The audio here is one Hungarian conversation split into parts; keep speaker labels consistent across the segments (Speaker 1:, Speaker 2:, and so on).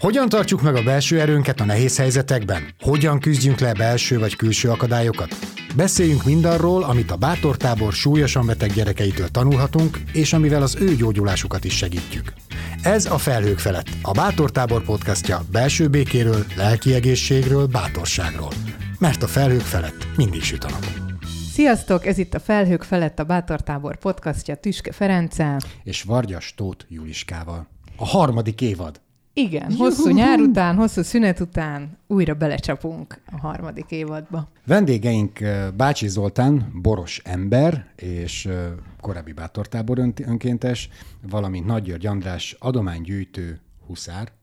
Speaker 1: Hogyan tartjuk meg a belső erőnket a nehéz helyzetekben? Hogyan küzdjünk le belső vagy külső akadályokat? Beszéljünk mindarról, amit a Bátortábor súlyosan beteg gyerekeitől tanulhatunk, és amivel az ő gyógyulásukat is segítjük. Ez a Felhők felett, a Bátortábor podcastja belső békéről, lelki egészségről, bátorságról. Mert a felhők felett mindig süt a nap.
Speaker 2: Sziasztok! Ez itt a Felhők felett, a Bátortábor podcastja Tüske Ferenccel.
Speaker 1: És Vargyas Tóth Juliskával. A harmadik évad.
Speaker 2: Igen, hosszú nyár után, hosszú szünet után újra belecsapunk a harmadik évadba.
Speaker 1: Vendégeink Bácsi Zoltán, boros ember, és korábbi Bátortábor önkéntes, valamint Nagy György András, adománygyűjtő huszár,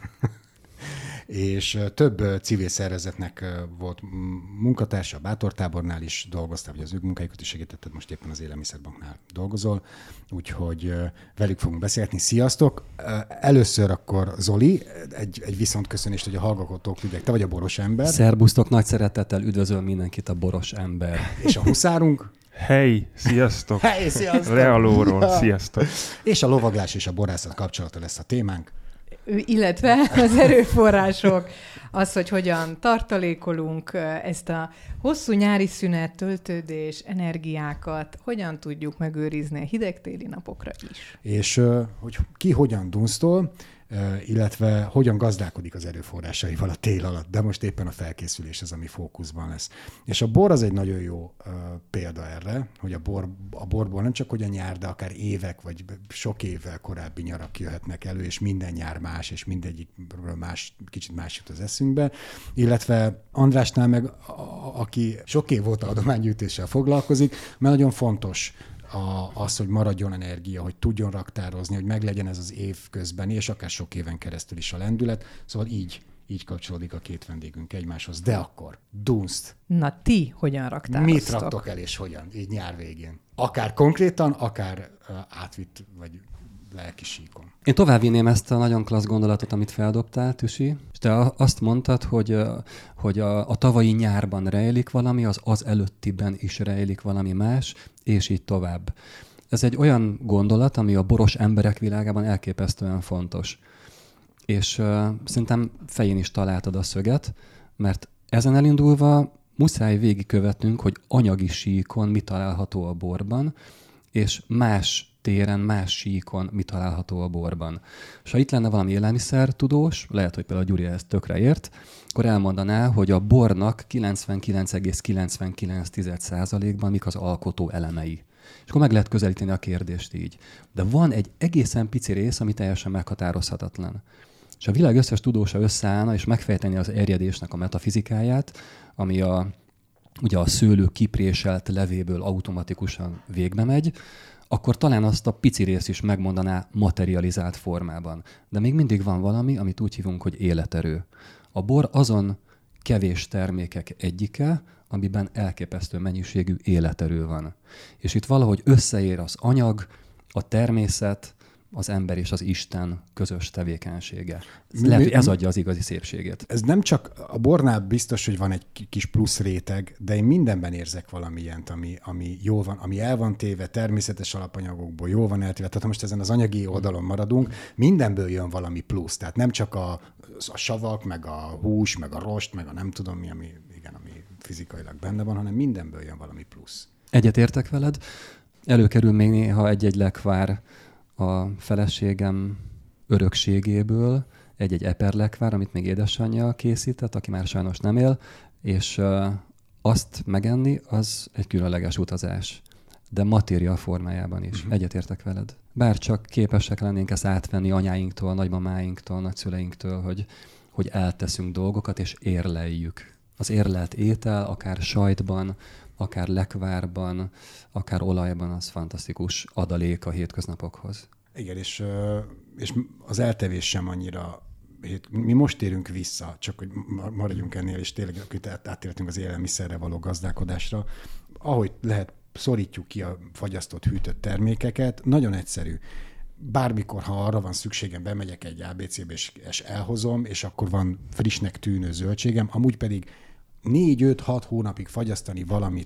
Speaker 1: és több civil szervezetnek volt munkatársa, a Bátortábornál is dolgoztál, vagy az ő munkájukat is segítetted, most éppen az Élelmiszerbanknál dolgozol, úgyhogy velük fogunk beszélgetni. Sziasztok! Először akkor Zoli, egy viszontköszönést, hogy a hallgatók tudják, te vagy a boros ember.
Speaker 3: Szerbusztok, nagy szeretettel üdvözöl mindenkit a boros ember.
Speaker 1: És a huszárunk?
Speaker 4: Hey, sziasztok!
Speaker 1: Hey, sziasztok!
Speaker 4: Realóról, sziasztok!
Speaker 1: És a lovaglás és a borászat kapcsolata lesz a témánk.
Speaker 2: Illetve az erőforrások, az, hogy hogyan tartalékolunk ezt a hosszú nyári szünet, töltődés, energiákat, hogyan tudjuk megőrizni a hideg téli napokra is.
Speaker 1: És hogy ki hogyan dunsztol, illetve hogyan gazdálkodik az erőforrásaival a tél alatt, de most éppen a felkészülés az, ami fókuszban lesz. És a bor az egy nagyon jó példa erre, hogy a borból nem csak hogy a nyár, de akár évek, vagy sok évvel korábbi nyarak jöhetnek elő, és minden nyár más, és mindegyikről kicsit más jut az eszünkbe. Illetve Andrásnál meg, aki sok év óta adománygyűjtéssel foglalkozik, mert nagyon fontos az, hogy maradjon energia, hogy tudjon raktározni, hogy meglegyen ez az év közben, és akár sok éven keresztül is a lendület. Szóval így kapcsolódik a két vendégünk egymáshoz. De akkor, dunst.
Speaker 2: Na ti hogyan raktároztok?
Speaker 1: Mit raktok el, és hogyan? Így nyár végén. Akár konkrétan, akár átvitt, vagy lelki síkon.
Speaker 3: Én továbbvinném ezt a nagyon klassz gondolatot, amit feldobtál, Tüsi. És te azt mondtad, hogy a tavalyi nyárban rejlik valami, az előttiben is rejlik valami más, és így tovább. Ez egy olyan gondolat, ami a boros emberek világában elképesztően fontos. És szerintem fején is találtad a szöget, mert ezen elindulva muszáj végigkövetnünk, hogy anyagi síkon mi található a borban, és más téren, más síkon mi található a borban. És ha itt lenne valami élelmiszertudós, lehet, hogy például a Gyuri ezt tökre ért, akkor elmondaná, hogy a bornak 99,99%-ban mik az alkotó elemei. És akkor meg lehet közelíteni a kérdést így. De van egy egészen pici rész, ami teljesen meghatározhatatlan. És a világ összes tudósa összeállna, és megfejteni az erjedésnek a metafizikáját, ami ugye a szőlő kipréselt levéből automatikusan végbe megy, akkor talán azt a pici részt is megmondaná materializált formában. De még mindig van valami, amit úgy hívunk, hogy életerő. A bor azon kevés termékek egyike, amiben elképesztő mennyiségű életerő van. És itt valahogy összeér az anyag, a természet, az ember és az Isten közös tevékenysége. Lehet, hogy ez adja az igazi szépségét.
Speaker 1: Ez nem csak a bornál biztos, hogy van egy kis plusz réteg, de én mindenben érzek valamilyent, ami jól van, ami el van téve, természetes alapanyagokból jól van eltéve. Tehát ha most ezen az anyagi oldalon maradunk, mindenből jön valami plusz. Tehát nem csak a savak, meg a hús, meg a rost, meg a nem tudom mi, ami fizikailag benne van, hanem mindenből jön valami plusz.
Speaker 3: Egyetértek veled. Előkerül még néha egy-egy lekvár a feleségem örökségéből, egy-egy eperlekvár, amit még édesanyja készített, aki már sajnos nem él, és azt megenni, az egy különleges utazás. De matéria formájában is. Egyetértek veled. Bár csak képesek lennénk ezt átvenni anyáinktól, nagymamáinktól, nagyszüleinktől, hogy elteszünk dolgokat, és érleljük. Az érlelt étel, akár sajtban, akár lekvárban, akár olajban, az fantasztikus adalék a hétköznapokhoz.
Speaker 1: Igen, és az eltevés sem annyira, mi most térünk vissza, csak hogy maradjunk ennél, és tényleg átértünk az élelmiszerre való gazdálkodásra. Ahogy lehet, szorítjuk ki a fagyasztott, hűtött termékeket, nagyon egyszerű. Bármikor, ha arra van szükségem, bemegyek egy ABC-be, és elhozom, és akkor van frissnek tűnő zöldségem, amúgy pedig 4-5-6 hónapig fagyasztani valamit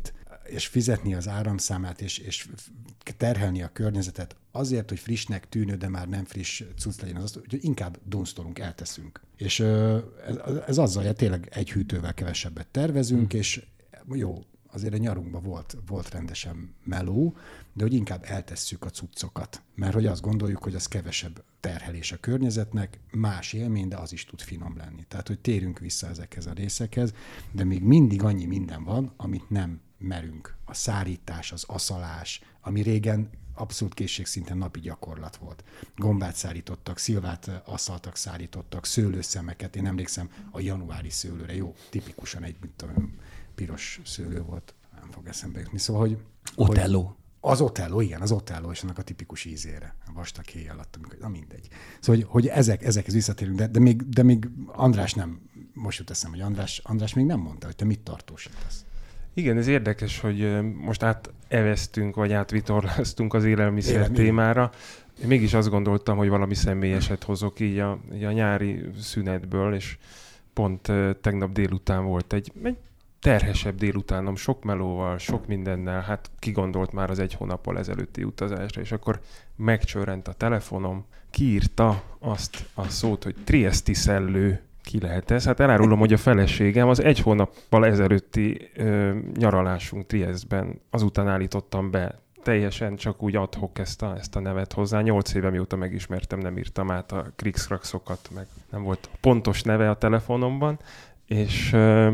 Speaker 1: és fizetni az áramszámlát, és terhelni a környezetet azért, hogy frissnek tűnő, de már nem friss cucc legyen, az, hogy inkább dunsztolunk, elteszünk. És ez azzal, hogy tényleg egy hűtővel kevesebbet tervezünk, és jó, azért a nyarunkban volt rendesen meló, de hogy inkább eltesszük a cuccokat. Mert hogy azt gondoljuk, hogy az kevesebb terhelés a környezetnek, más élmény, de az is tud finom lenni. Tehát, hogy térünk vissza ezekhez a részekhez, de még mindig annyi minden van, amit nem merünk. A szárítás, az aszalás, ami régen abszolút készségszinten napi gyakorlat volt. Gombát szárítottak, szilvát aszaltak, szárítottak, szőlőszemeket. Én emlékszem a januári szőlőre, jó, tipikusan egy, piros szőlő volt, nem fog eszembe jutni. Szóval, hogy...
Speaker 3: Otello.
Speaker 1: Az Otello, igen, az Otello, és annak a tipikus ízére. A vastag héj alatt, amikor, na mindegy. Szóval, hogy ezekhez visszatérünk, de még András nem, most jut eszem, hogy András még nem mondta, hogy te mit tartósítasz.
Speaker 4: Igen, ez érdekes, hogy most áteveztünk, vagy átvitorláztunk az élelmiszer témára. Én mégis azt gondoltam, hogy valami személyeset hozok így a nyári szünetből, és pont tegnap délután volt egy terhesebb délutánom, sok melóval, sok mindennel, hát kigondolt már az 1 hónappal ezelőtti utazásra, és akkor megcsörrent a telefonom, kiírta azt a szót, hogy Trieszti szellő. Ki lehet ez? Hát elárulom, hogy a feleségem az 1 hónappal ezelőtti nyaralásunk Triesztben, azután állítottam be, teljesen csak úgy ad hoc ezt a nevet hozzá. 8 éve mióta megismertem, nem írtam át a krikszkrakszokat, meg nem volt pontos neve a telefonomban, és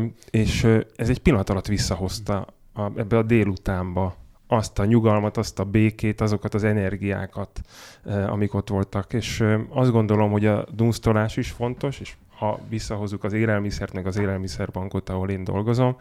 Speaker 4: ez egy pillanat alatt visszahozta ebbe a délutánba azt a nyugalmat, azt a békét, azokat az energiákat, amik ott voltak. És azt gondolom, hogy a dunsztolás is fontos, és ha visszahozzuk az élelmiszert, meg az élelmiszerbankot, ahol én dolgozom,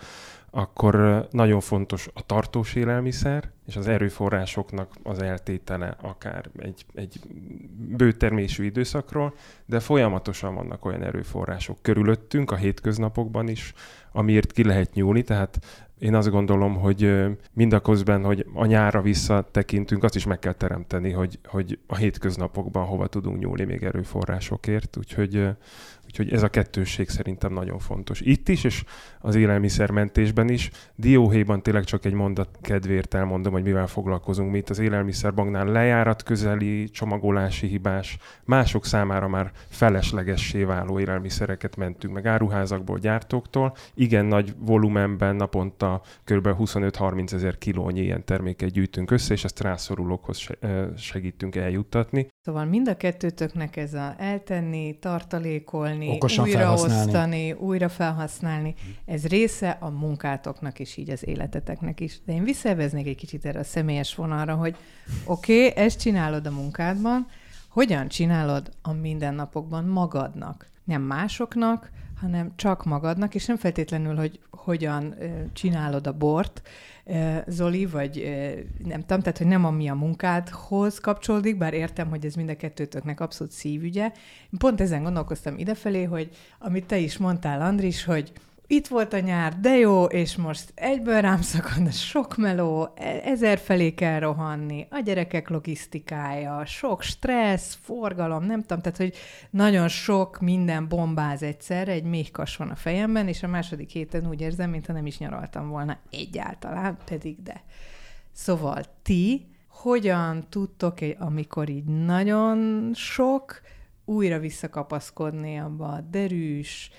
Speaker 4: akkor nagyon fontos a tartós élelmiszer, és az erőforrásoknak az eltétele akár egy bőtermésű időszakról, de folyamatosan vannak olyan erőforrások körülöttünk, a hétköznapokban is, amiért ki lehet nyúlni, tehát én azt gondolom, hogy mindaközben, hogy a nyárra visszatekintünk, azt is meg kell teremteni, hogy a hétköznapokban hova tudunk nyúlni még erőforrásokért, úgyhogy ez a kettősség szerintem nagyon fontos. Itt is, és az élelmiszermentésben is. Dióhéjban tényleg csak egy mondat kedvéért elmondom, hogy mivel foglalkozunk mi itt az élelmiszerbanknál. Lejárat közeli csomagolási hibás, mások számára már feleslegessé váló élelmiszereket mentünk meg áruházakból, gyártóktól. Igen nagy volumenben naponta kb. 25-30 ezer kilónyi ilyen terméket gyűjtünk össze, és ezt rászorulókhoz segítünk eljuttatni.
Speaker 2: Szóval mind a kettőtöknek ez a eltenni, tartalékolni,
Speaker 1: okosan
Speaker 2: újraosztani, újra felhasználni, ez része a munkátoknak is, így az életeteknek is. De én visszaveznék egy kicsit erre a személyes vonalra, hogy oké, ezt csinálod a munkádban, hogyan csinálod a mindennapokban magadnak? Nem másoknak, hanem csak magadnak, és nem feltétlenül, hogy hogyan csinálod a bort, Zoli, vagy nem tudom, tehát, hogy nem ami a munkádhoz kapcsolódik, bár értem, hogy ez mind a kettőtöknek abszolút szívügye. Pont ezen gondolkoztam idefelé, hogy amit te is mondtál, Andris, hogy itt volt a nyár, de jó, és most egyből rám szakad a sok meló, 1000 felé kell rohanni, a gyerekek logisztikája, sok stressz, forgalom, nem tudom, tehát, hogy nagyon sok minden bombáz egyszerre, egy méhkas van a fejemben, és a második héten úgy érzem, mintha nem is nyaraltam volna egyáltalán, pedig de. Szóval ti hogyan tudtok, amikor így nagyon sok, újra visszakapaszkodni abba a derűs,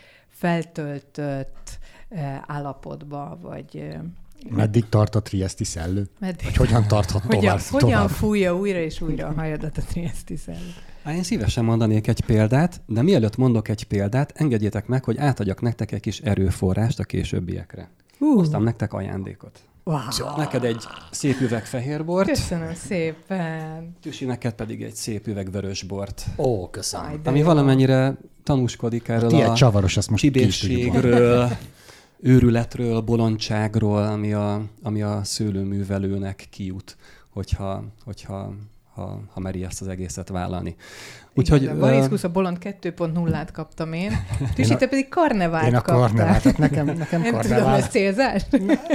Speaker 2: feltöltött állapotba, vagy...
Speaker 1: Meddig tart a trieszti szellő? Vagy hogyan tarthat tovább?
Speaker 2: Hogyan fújja újra és újra a hajadat a trieszti szellő?
Speaker 3: Én szívesen mondanék egy példát, de mielőtt mondok egy példát, engedjétek meg, hogy átadjak nektek egy kis erőforrást a későbbiekre. Hoztam nektek ajándékot.
Speaker 2: Wow.
Speaker 3: Szóval neked egy szép üveg fehér bort.
Speaker 2: Köszönöm szépen.
Speaker 3: Tüsi, neked pedig egy szép üveg vörös bort.
Speaker 1: Ó, köszönöm.
Speaker 3: Ami valamennyire tanúskodik erről a
Speaker 1: csavaros, azt most
Speaker 3: csibészségről, őrületről, bolondságról, ami a szőlőművelőnek kijut, hogyha meri ezt az egészet vállalni.
Speaker 2: Úgyhogy a Bariszkusz a bolond 2.0-át kaptam én. Tüsi, te pedig karnevált kaptál.
Speaker 1: Én a karnevált, tehát nekem
Speaker 2: nem
Speaker 1: karnevált.
Speaker 2: tudom, ez célzás?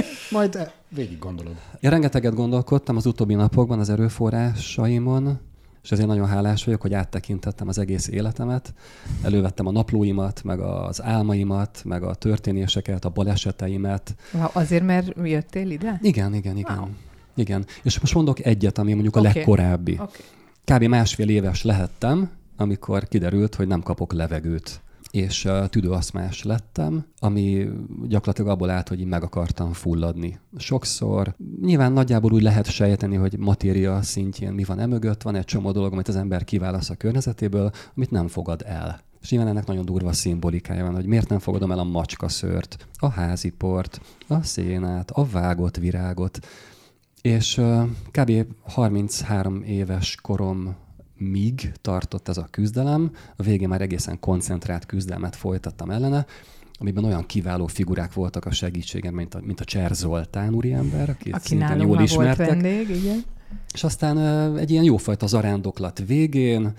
Speaker 1: Majd végig gondolod.
Speaker 3: Én rengeteget gondolkodtam az utóbbi napokban az erőforrásaimon, És ezért nagyon hálás vagyok, hogy áttekintettem az egész életemet, elővettem a naplóimat, meg az álmaimat, meg a történéseket, a baleseteimet.
Speaker 2: Azért, mert jöttél ide?
Speaker 3: Igen. Wow. Igen. És most mondok egyet, ami mondjuk a
Speaker 2: Okay.
Speaker 3: legkorábbi.
Speaker 2: Okay.
Speaker 3: Kb. 1,5 éves lehettem, amikor kiderült, hogy nem kapok levegőt. És tüdőaszmás lettem, ami gyakorlatilag abból állt, hogy így meg akartam fulladni. Sokszor nyilván nagyjából úgy lehet sejteni, hogy matéria szintjén mi van emögött, van egy csomó dolog, amit az ember kiválaszt a környezetéből, amit nem fogad el. És nyilván ennek nagyon durva szimbolikája van, hogy miért nem fogadom el a macskaszőrt, a háziport, a szénát, a vágott virágot. És kb. 33 éves korom míg tartott ez a küzdelem. A végén már egészen koncentrált küzdelmet folytattam ellene, amiben olyan kiváló figurák voltak a segítségem, mint a Cser Zoltán úriember, akit
Speaker 2: aki
Speaker 3: szintén jól ismertek.
Speaker 2: Volt vendég, igen.
Speaker 3: És aztán egy ilyen jófajta zarándoklat végén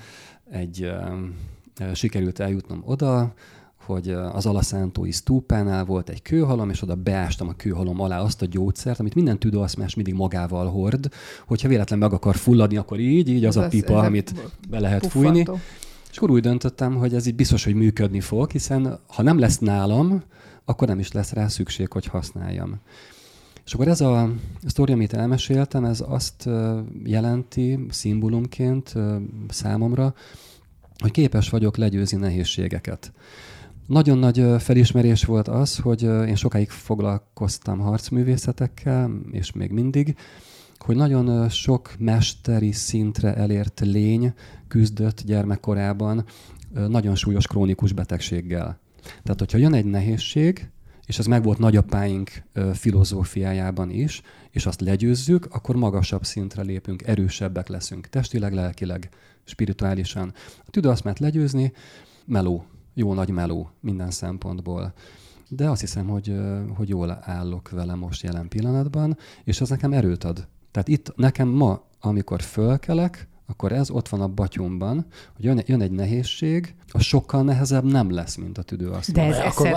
Speaker 3: sikerült eljutnom oda, hogy az Alaszántói sztúpánál volt egy kőhalom, és oda beástam a kőhalom alá azt a gyógyszert, amit minden tüdőaszmás mindig magával hord, hogyha véletlen meg akar fulladni, akkor így az a pipa, amit be lehet fújni. És akkor úgy döntöttem, hogy ez így biztos, hogy működni fog, hiszen ha nem lesz nálam, akkor nem is lesz rá szükség, hogy használjam. És akkor ez a sztori, amit elmeséltem, ez azt jelenti szimbólumként számomra, hogy képes vagyok legyőzni nehézségeket. Nagyon nagy felismerés volt az, hogy én sokáig foglalkoztam harcművészetekkel, és még mindig, hogy nagyon sok mesteri szintre elért lény küzdött gyermekkorában nagyon súlyos krónikus betegséggel. Tehát, hogyha jön egy nehézség, és ez meg volt nagyapáink filozófiájában is, és azt legyőzzük, akkor magasabb szintre lépünk, erősebbek leszünk, testileg, lelkileg, spirituálisan. A tüdőaszmát legyőzni, meló. Jó nagy meló minden szempontból. De azt hiszem, hogy jól állok vele most jelen pillanatban, és az nekem erőt ad. Tehát itt nekem ma, amikor fölkelek, akkor ez ott van a batyomban, hogy jön egy nehézség, az sokkal nehezebb nem lesz, mint a tüdőaszma.
Speaker 2: De ez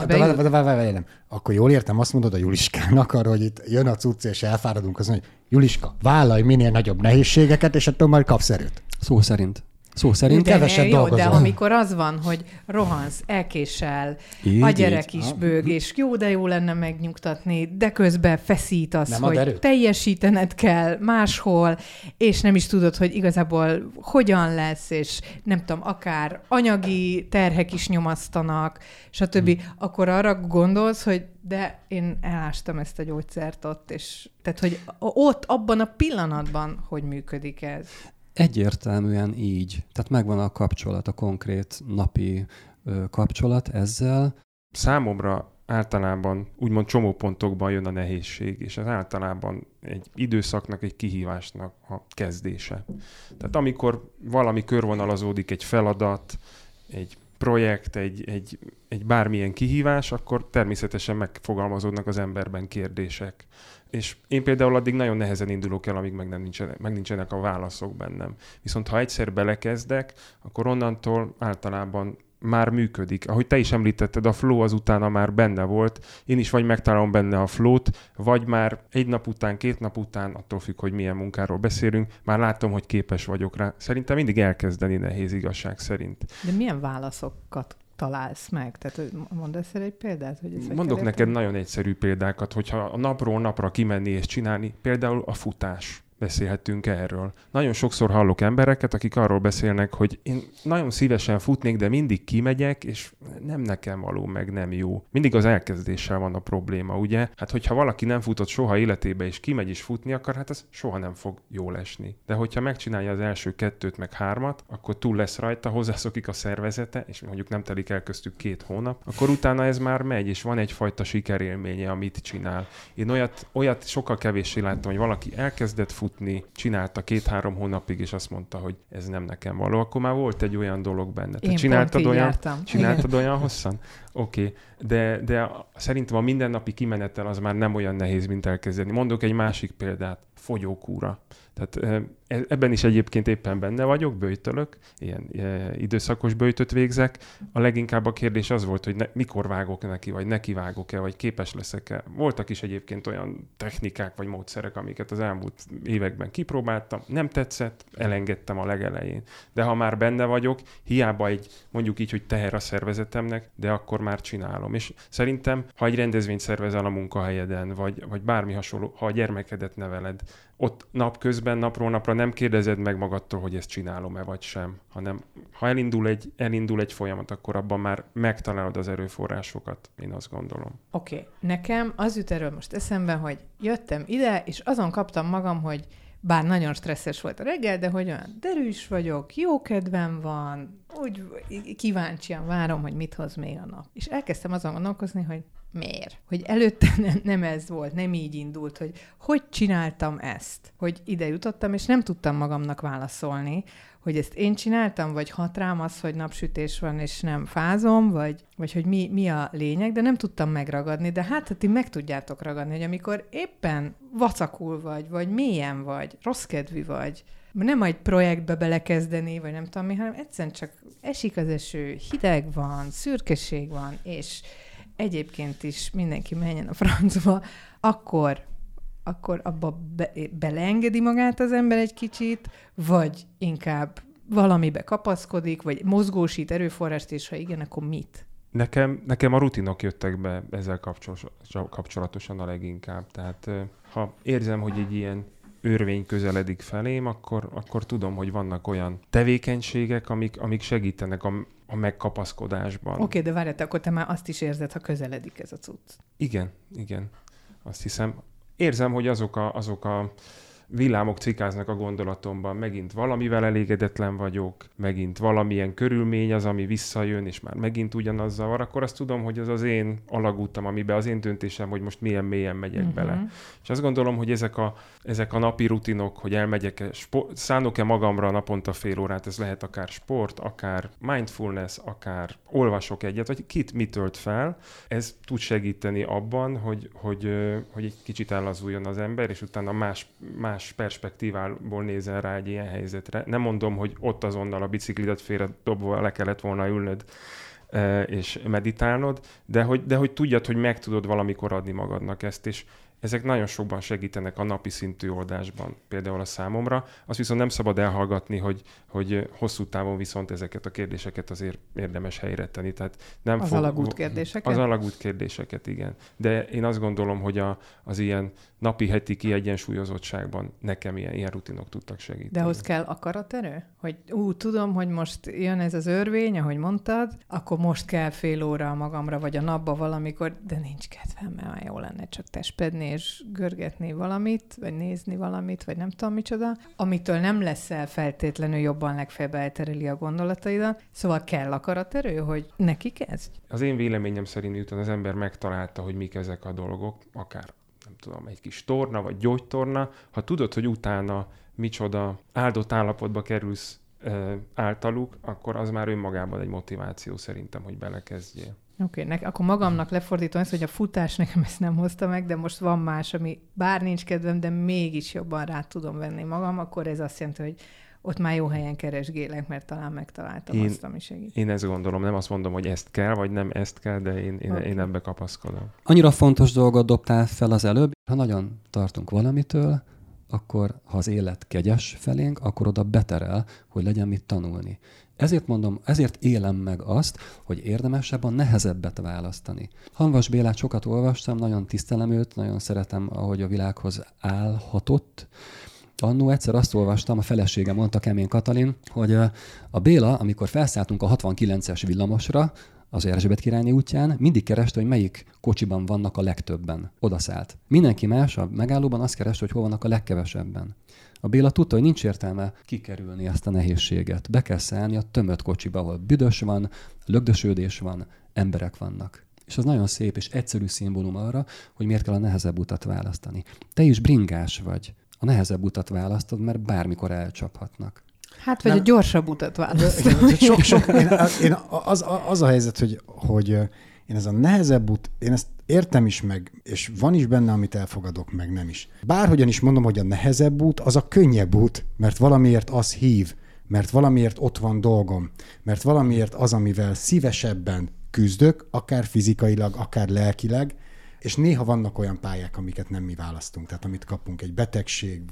Speaker 2: eszedbe
Speaker 1: Akkor jól értem, azt mondod a Juliskának arra, hogy itt jön a cucc, és elfáradunk, az mondja, Juliska, vállalj minél nagyobb nehézségeket, és attól majd kapsz erőt.
Speaker 3: Szó szerint.
Speaker 1: Keveset dolgozol.
Speaker 2: De amikor az van, hogy rohansz, elkésel, a gyerek is bőg, és jó lenne megnyugtatni, de közben feszít az, hogy teljesítened kell máshol, és nem is tudod, hogy igazából hogyan lesz, és nem tudom, akár anyagi terhek is nyomasztanak, stb. Akkor arra gondolsz, hogy de én elástam ezt a gyógyszert ott, és tehát, hogy ott, abban a pillanatban, hogy működik ez.
Speaker 3: Egyértelműen így. Tehát megvan a kapcsolat, a konkrét napi kapcsolat ezzel.
Speaker 4: Számomra általában úgymond csomópontokban jön a nehézség, és ez általában egy időszaknak, egy kihívásnak a kezdése. Tehát amikor valami körvonalazódik, egy feladat, egy projekt, egy bármilyen kihívás, akkor természetesen megfogalmazódnak az emberben kérdések. És én például addig nagyon nehezen indulok el, amíg meg nincsenek a válaszok bennem. Viszont ha egyszer belekezdek, akkor onnantól általában már működik. Ahogy te is említetted, a flow az utána már benne volt. Én is vagy megtalálom benne a flow-t, vagy már egy nap után, 2 nap után, attól függ, hogy milyen munkáról beszélünk, már látom, hogy képes vagyok rá. Szerintem mindig elkezdeni nehéz, igazság szerint.
Speaker 2: De milyen válaszokat találsz meg? Tehát mondasz el egy példát? Hogy
Speaker 4: mondok neked nagyon egyszerű példákat, hogyha a napról napra kimenni és csinálni, például a futás. Beszélhetünk erről. Nagyon sokszor hallok embereket, akik arról beszélnek, hogy én nagyon szívesen futnék, de mindig kimegyek, és nem nekem való, meg nem jó. Mindig az elkezdéssel van a probléma, ugye? Hát, hogyha valaki nem futott soha életébe, és kimegy is futni akar, hát az soha nem fog jól esni. De hogyha megcsinálja az első 2 meg 3, akkor túl lesz rajta, hozzászokik a szervezete, és mondjuk nem telik el köztük 2 hónap, akkor utána ez már megy, és van egyfajta sikerélménye, amit csinál. Én olyat sokkal kevéssé láttam, hogy valaki elkezdett futni, csinálta 2-3 hónapig, és azt mondta, hogy ez nem nekem való, akkor már volt egy olyan dolog benne.
Speaker 2: Én
Speaker 4: Csináltad olyan hosszan? Oké. De szerintem a mindennapi kimenetel az már nem olyan nehéz, mint elkezdeni. Mondok egy másik példát. fogyókúra. Tehát ebben is egyébként éppen benne vagyok, böjtölök, ilyen időszakos böjtöt végzek. A leginkább a kérdés az volt, hogy mikor vágok neki, vagy neki vágok-e, vagy képes leszek-e. Voltak is egyébként olyan technikák vagy módszerek, amiket az elmúlt években kipróbáltam. Nem tetszett, elengedtem a legelején. De ha már benne vagyok, hiába mondjuk így, hogy teher a szervezetemnek, de akkor már csinálom. És szerintem, ha egy rendezvényt szervezel a munkahelyeden, vagy bármi hasonló, ha a gyermekedet neveled, ott napközben, napról napra nem kérdezed meg magadtól, hogy ezt csinálom-e vagy sem, hanem ha elindul egy folyamat, akkor abban már megtalálod az erőforrásokat, én azt gondolom.
Speaker 2: Oké. Nekem az jut erről most eszembe, hogy jöttem ide, és azon kaptam magam, hogy bár nagyon stresszes volt a reggel, de hogy olyan derűs vagyok, jó kedvem van, úgy kíváncsian várom, hogy mit hoz még a nap. És elkezdtem azon gondolkozni, hogy miért? Hogy előtte nem ez volt, nem így indult, hogy csináltam ezt, hogy ide jutottam, és nem tudtam magamnak válaszolni, hogy ezt én csináltam, vagy hat rám az, hogy napsütés van, és nem fázom, vagy hogy mi a lényeg, de nem tudtam megragadni, de hát ti meg tudjátok ragadni, hogy amikor éppen vacakul vagy mélyen vagy, rossz kedvű vagy, nem egy projektbe belekezdeni, vagy nem tudom mi, hanem egyszerűen csak esik az eső, hideg van, szürkeség van, és egyébként is mindenki menjen a francba, akkor abba beleengedi magát az ember egy kicsit, vagy inkább valamibe kapaszkodik, vagy mozgósít erőforrást, és ha igen, akkor mit?
Speaker 4: Nekem a rutinok jöttek be ezzel kapcsolatosan a leginkább. Tehát ha érzem, hogy egy ilyen örvény közeledik felém, akkor tudom, hogy vannak olyan tevékenységek, amik segítenek a megkapaszkodásban.
Speaker 2: Oké, de várjál, akkor te már azt is érzed, ha közeledik ez a cucc.
Speaker 4: Igen. Azt hiszem. Érzem, hogy azok a villámok cikáznak a gondolatomban. Megint valamivel elégedetlen vagyok, megint valamilyen körülmény az, ami visszajön, és már megint ugyanazzal van, akkor azt tudom, hogy az az én alagútam, amiben az én döntésem, hogy most milyen mélyen megyek bele. És azt gondolom, hogy ezek a napi rutinok, hogy elmegyek, szánok-e magamra naponta fél órát, ez lehet akár sport, akár mindfulness, akár olvasok egyet, vagy mi tölt fel, ez tud segíteni abban, hogy egy kicsit ellazuljon az ember, és utána más perspektívából nézel rá egy ilyen helyzetre. Nem mondom, hogy ott azonnal a biciklidet félredobva le kellett volna ülnöd és meditálnod, de hogy tudjad, hogy meg tudod valamikor adni magadnak ezt, és ezek nagyon sokban segítenek a napi szintű oldásban, például a számomra. Azt viszont nem szabad elhallgatni, hogy hosszú távon viszont ezeket a kérdéseket azért érdemes helyre tenni. Tehát nem
Speaker 2: az alagút kérdéseket?
Speaker 4: Az alagút kérdéseket, igen. De én azt gondolom, hogy az ilyen napi-heti kiegyensúlyozottságban nekem ilyen rutinok tudtak segíteni.
Speaker 2: De ahhoz kell akaraterő? Hogy tudom, hogy most jön ez az örvény, ahogy mondtad, akkor most kell fél óra magamra, vagy a napba valamikor, de nincs kedvem, mert már jó lenne csak testpedni, és görgetni valamit, vagy nézni valamit, vagy nem tudom micsoda, amitől nem leszel feltétlenül jobban, legfeljebb eltereli a gondolataidat. Szóval kell akaraterő, hogy neki kezdj?
Speaker 4: Az én véleményem szerint, miután az ember megtalálta, hogy mik ezek a dolgok, akár nem tudom, egy kis torna, vagy gyógytorna, ha tudod, hogy utána micsoda áldott állapotba kerülsz általuk, akkor az már önmagában egy motiváció szerintem, hogy belekezdjél.
Speaker 2: Oké, akkor magamnak lefordítom ezt, hogy a futás nekem ezt nem hozta meg, de most van más, ami bár nincs kedvem, de mégis jobban rá tudom venni magam, akkor ez azt jelenti, hogy ott már jó helyen keresgélek, mert talán megtaláltam azt, ami segít.
Speaker 4: Én ezt gondolom, nem azt mondom, hogy ezt kell, vagy nem ezt kell, de én ebbe kapaszkodom.
Speaker 3: Annyira fontos dolgot dobtál fel az előbb, ha nagyon tartunk valamitől, akkor ha az élet kegyes felénk, akkor oda beterel, hogy legyen mit tanulni. Ezért mondom, ezért élem meg azt, hogy érdemesebb a nehezebbet választani. Hanvas Bélát sokat olvastam, nagyon tisztelem őt, nagyon szeretem, ahogy a világhoz állhatott. Annó egyszer azt olvastam, a felesége mondta, Kemény Katalin, hogy a Béla, amikor felszálltunk a 69-es villamosra, az Erzsébet királyné útján, mindig kereste, hogy melyik kocsiban vannak a legtöbben. Odaszállt. Mindenki más a megállóban azt kereste, hogy hol vannak a legkevesebben. A Béla tudta, hogy nincs értelme kikerülni ezt a nehézséget. Be kell szállni a tömött kocsiba, ahol büdös van, lögdösödés van, emberek vannak. És az nagyon szép és egyszerű szimbólum arra, hogy miért kell a nehezebb utat választani. Te is bringás vagy. A nehezebb utat választod, mert bármikor elcsaphatnak.
Speaker 2: Hát, vagy a gyorsabb utat választod.
Speaker 1: Az a helyzet, hogy Én ez a nehezebb út, én ezt értem is meg, és van is benne, amit elfogadok, meg nem is. Bárhogyan is mondom, hogy a nehezebb út, az a könnyebb út, mert valamiért az hív, mert valamiért ott van dolgom, mert valamiért az, amivel szívesebben küzdök, akár fizikailag, akár lelkileg, és néha vannak olyan pályák, amiket nem mi választunk. Tehát amit kapunk, egy betegség,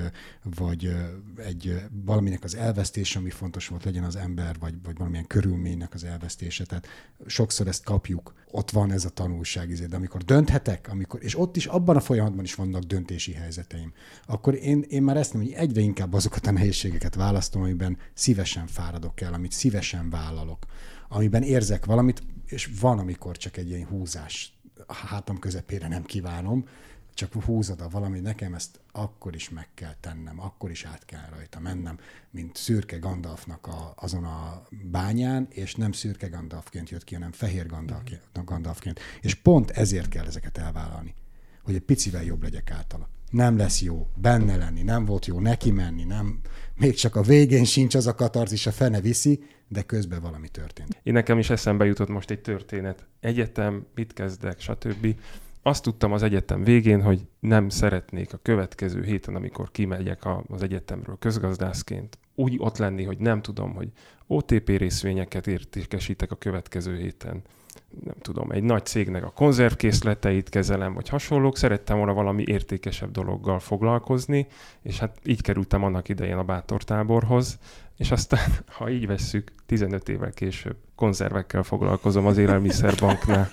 Speaker 1: vagy valaminek az elvesztése, ami fontos volt, legyen az ember, vagy valamilyen körülménynek az elvesztése. Tehát sokszor ezt kapjuk. Ott van ez a tanulság, de amikor dönthetek, és ott is, abban a folyamatban is vannak döntési helyzeteim, akkor én már ezt nem, hogy egyre inkább azokat a nehézségeket választom, amiben szívesen fáradok el, amit szívesen vállalok, amiben érzek valamit, és van, amikor csak egy ilyen húzás a hátam közepére nem kívánom, csak húzod a valami, nekem ezt akkor is meg kell tennem, akkor is át kell rajta mennem, mint szürke Gandalfnak azon a bányán, és nem szürke Gandalfként jött ki, hanem fehér Gandalfként. És pont ezért kell ezeket elvállalni, hogy egy picivel jobb legyek általa. Nem lesz jó benne lenni, nem volt jó neki menni, nem, még csak a végén sincs az a katarzis, a fene viszi, de közben valami történt.
Speaker 4: Én nekem is eszembe jutott most egy történet. Egyetem, mit kezdek, stb. Azt tudtam az egyetem végén, hogy nem szeretnék a következő héten, amikor kimegyek az egyetemről közgazdászként, úgy ott lenni, hogy nem tudom, hogy OTP részvényeket értékesítek a következő héten. Nem tudom, egy nagy cégnek a konzervkészleteit kezelem, vagy hasonlók. Szerettem volna valami értékesebb dologgal foglalkozni, és hát így kerültem annak idején a bátortáborhoz, és aztán, ha így vesszük, 15 évvel később konzervekkel foglalkozom az Élelmiszerbanknál.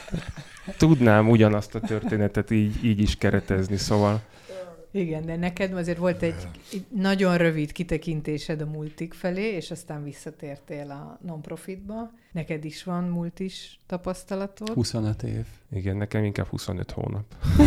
Speaker 4: Tudnám ugyanazt a történetet így is keretezni, szóval...
Speaker 2: Igen, de neked azért volt egy nagyon rövid kitekintésed a multik felé, és aztán visszatértél a non-profitba. Neked is van multis tapasztalatod?
Speaker 3: 25 év.
Speaker 4: Igen, nekem inkább 25 hónap.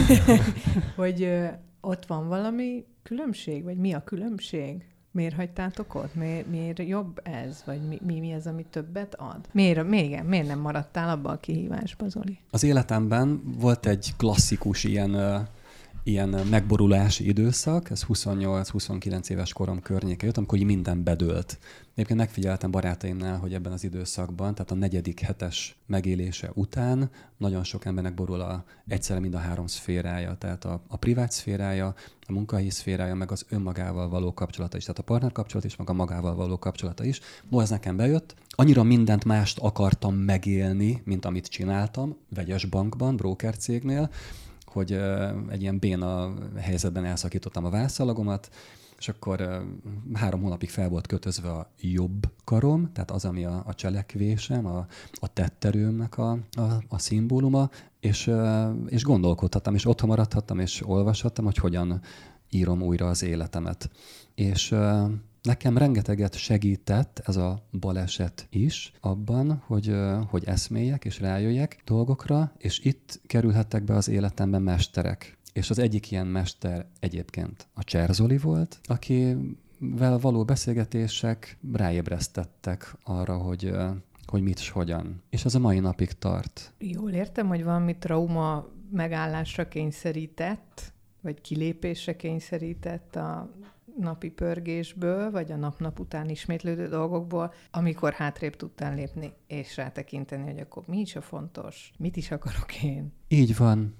Speaker 2: Hogy ott van valami különbség, vagy mi a különbség? Miért hagytátok ott? Miért jobb ez? Vagy mi az, ami többet ad? Miért nem maradtál abba a kihívásba, Zoli?
Speaker 3: Az életemben volt egy klasszikus ilyen megborulási időszak, ez 28-29 éves korom környéke jött, amikor így minden bedőlt. Egyébként megfigyeltem barátaimnál, hogy ebben az időszakban, tehát a 4. hetes megélése után nagyon sok embernek borul egyszerre mind a 3 szférája, tehát a privát szférája, a munkahelyi szférája, meg az önmagával való kapcsolata is, tehát a partner kapcsolat is, meg a magával való kapcsolata is. No, ez nekem bejött. Annyira mindent mást akartam megélni, mint amit csináltam, vegyes bankban, broker cégnél, hogy egy ilyen béna helyzetben elszakítottam a vászalagomat, és akkor 3 hónapig fel volt kötözve a jobb karom, tehát az, ami a cselekvésem, a tetterőmnek a szimbóluma, és gondolkodhattam, és otthon maradhattam, és olvashattam, hogy hogyan írom újra az életemet. És nekem rengeteget segített ez a baleset is abban, hogy eszméljek és rájöjjek dolgokra, és itt kerülhettek be az életemben mesterek. És az egyik ilyen mester egyébként a Cser Zoli volt, akivel való beszélgetések ráébresztettek arra, hogy mit és hogyan. És ez a mai napig tart.
Speaker 2: Jól értem, hogy valami trauma megállásra kényszerített, vagy kilépésre kényszerített a napi pörgésből, vagy a nap-nap után ismétlődő dolgokból, amikor hátrébb tudtál lépni, és rátekinteni, hogy akkor mi is a fontos, mit is akarok én.
Speaker 3: Így van.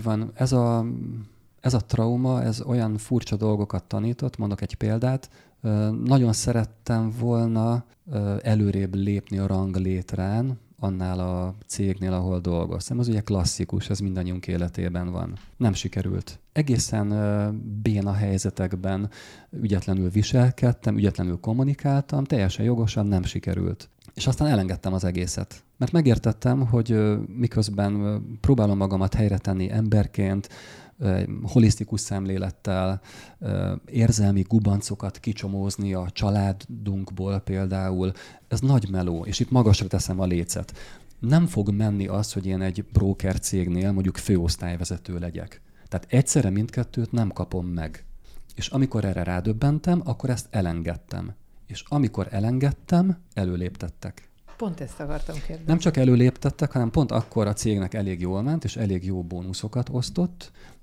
Speaker 3: Ez a trauma, ez olyan furcsa dolgokat tanított, mondok egy példát. Nagyon szerettem volna előrébb lépni a ranglétrán, annál a cégnél, ahol dolgoztam. Az ugye klasszikus, ez mindannyiunk életében van. Nem sikerült. Egészen béna helyzetekben ügyetlenül viselkedtem, ügyetlenül kommunikáltam, teljesen jogosan nem sikerült. És aztán elengedtem az egészet. Mert megértettem, hogy miközben próbálom magamat helyre tenni emberként, holisztikus szemlélettel, érzelmi gubancokat kicsomózni a családunkból például, ez nagy meló, és itt magasra teszem a lécet. Nem fog menni az, hogy én egy broker cégnél mondjuk főosztályvezető legyek. Tehát egyszerre mindkettőt nem kapom meg. És amikor erre rádöbbentem, akkor ezt elengedtem. És amikor elengedtem, előléptettek.
Speaker 2: Pont ezt akartam kérdezni.
Speaker 3: Nem csak előléptettek, hanem pont akkor a cégnek elég jól ment, és elég jó bónuszokat osztott,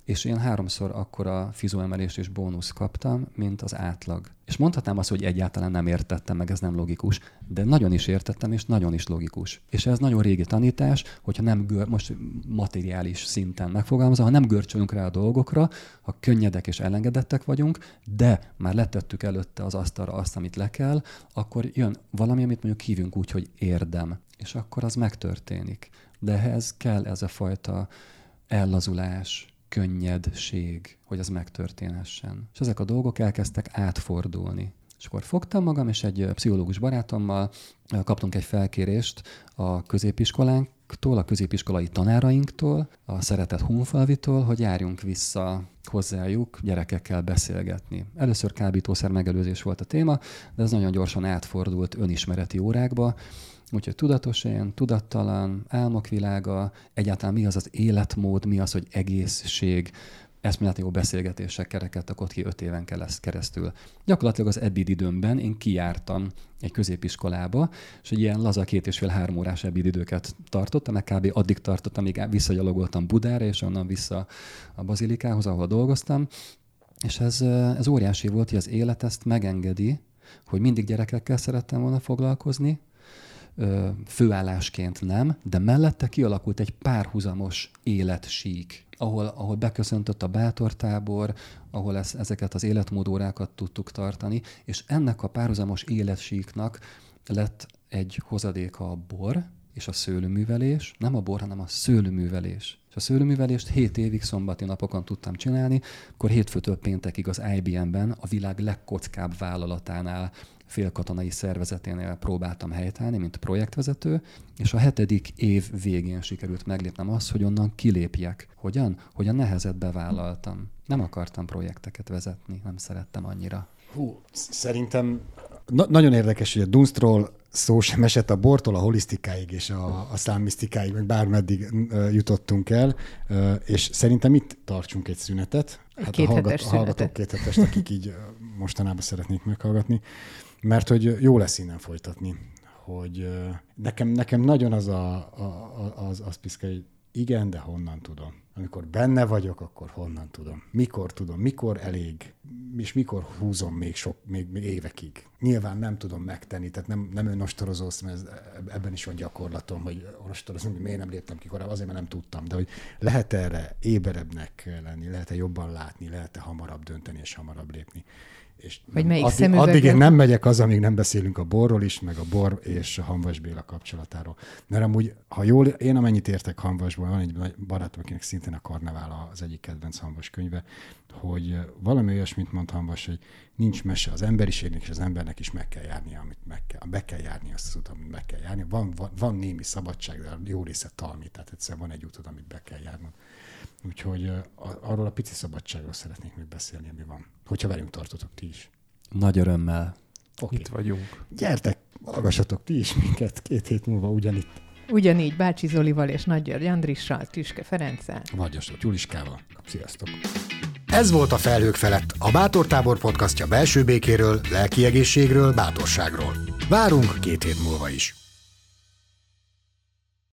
Speaker 3: és én 3-szor akkora fizoemelést és bónusz kaptam, mint az átlag. És mondhatnám azt, hogy egyáltalán nem értettem meg, ez nem logikus, de nagyon is értettem, és nagyon is logikus. És ez nagyon régi tanítás, hogyha nem most materiális szinten megfogalmazva, ha nem görcsölünk rá a dolgokra, ha könnyedek és elengedettek vagyunk, de már letettük előtte az asztalra azt, amit le kell, akkor jön valami, amit mondjuk hívunk úgy, hogy érdem. És akkor az megtörténik. De ehhez kell ez a fajta ellazulás, könnyedség, hogy az megtörténhessen. És ezek a dolgok elkezdtek átfordulni. És akkor fogtam magam, és egy pszichológus barátommal kaptunk egy felkérést a középiskolánktól, a középiskolai tanárainktól, a szeretett Hunfalvitól, hogy járjunk vissza hozzájuk gyerekekkel beszélgetni. Először kábítószer megelőzés volt a téma, de ez nagyon gyorsan átfordult önismereti órákba, úgyhogy tudatos én, tudattalan, álmokvilága, egyáltalán mi az az életmód, mi az, hogy egészség, eszméleti jó beszélgetések kerekedtek ott ki 5 éven keresztül. Gyakorlatilag az ebéd időmben én kijártam egy középiskolába, és egy ilyen laza 2,5-3 órás ebédidőket tartottam, meg kb. Addig tartottam, amíg visszagyalogoltam Budára, és onnan vissza a bazilikához, ahol dolgoztam. És ez óriási volt, hogy az élet ezt megengedi, hogy mindig gyerekekkel szerettem volna foglalkozni, főállásként nem, de mellette kialakult egy párhuzamos életsík, ahol beköszöntött a bátortábor, ahol ezeket az életmódórákat tudtuk tartani, és ennek a párhuzamos életsíknak lett egy hozadéka a bor és a szőlőművelés, nem a bor, hanem a szőlőművelés. És a szőlőművelést 7 évig szombati napokon tudtam csinálni, akkor hétfőtől péntekig az IBM-ben, a világ legkockább vállalatánál, félkatonai szervezeténél próbáltam helytállni, mint projektvezető, és a 7. év végén sikerült meglépnem azt, hogy onnan kilépjek. Hogyan? Hogy a nehezet bevállaltam. Nem akartam projekteket vezetni, nem szerettem annyira.
Speaker 1: Szerintem nagyon érdekes, hogy a Dunstról szó sem esett, a bortól a holisztikáig és a számmisztikáig, meg bármeddig jutottunk el, és szerintem itt tartsunk egy szünetet.
Speaker 2: Hát a
Speaker 1: hallgatók 2 hetest, akik így mostanában szeretnék meghallgatni, mert hogy jó lesz innen folytatni, hogy nekem nagyon az piszkál, hogy igen, de honnan tudom? Amikor benne vagyok, akkor honnan tudom? Mikor tudom? Mikor elég? És mikor húzom még évekig? Nyilván nem tudom megtenni, tehát nem önnostorozós, mert ebben is van gyakorlatom, hogy ostorozom, hogy miért nem léptem ki korábban, azért, mert nem tudtam, de hogy lehet erre éberebbnek lenni, lehet-e jobban látni, lehet-e hamarabb dönteni és hamarabb lépni. És addig én nem megyek az, amíg nem beszélünk a borról is, meg a bor és a Hamvas Béla kapcsolatáról. Mert amúgy, ha jól, én amennyit értek Hamvasból, van egy barátom, akinek szintén a Karnevál az egyik kedvenc Hamvas könyve, hogy valami olyasmit mond Hamvas, hogy nincs mese, az emberiségnek és az embernek is meg kell járnia, amit be kell járni azt az utat, amit meg kell járni. Van némi szabadság, de jó része talmi, tehát egyszerűen van egy útod, amit be kell járnod. Úgyhogy arról a pici szabadságról szeretnék még beszélni, ami van. Hogyha velünk tartotok ti is.
Speaker 3: Nagy örömmel.
Speaker 4: Okay. Itt vagyunk.
Speaker 1: Gyertek, hallgassatok ti is minket 2 hét múlva ugyanitt.
Speaker 2: Ugyanígy Bácsi Zolival és Nagy György Andrissal, Tüske Ferenccel.
Speaker 1: Nagyostok Juliskával. Sziasztok!
Speaker 5: Ez volt a Felhők felett, a Bátortábor podcastja belső békéről, lelki egészségről, bátorságról. Várunk 2 hét múlva is.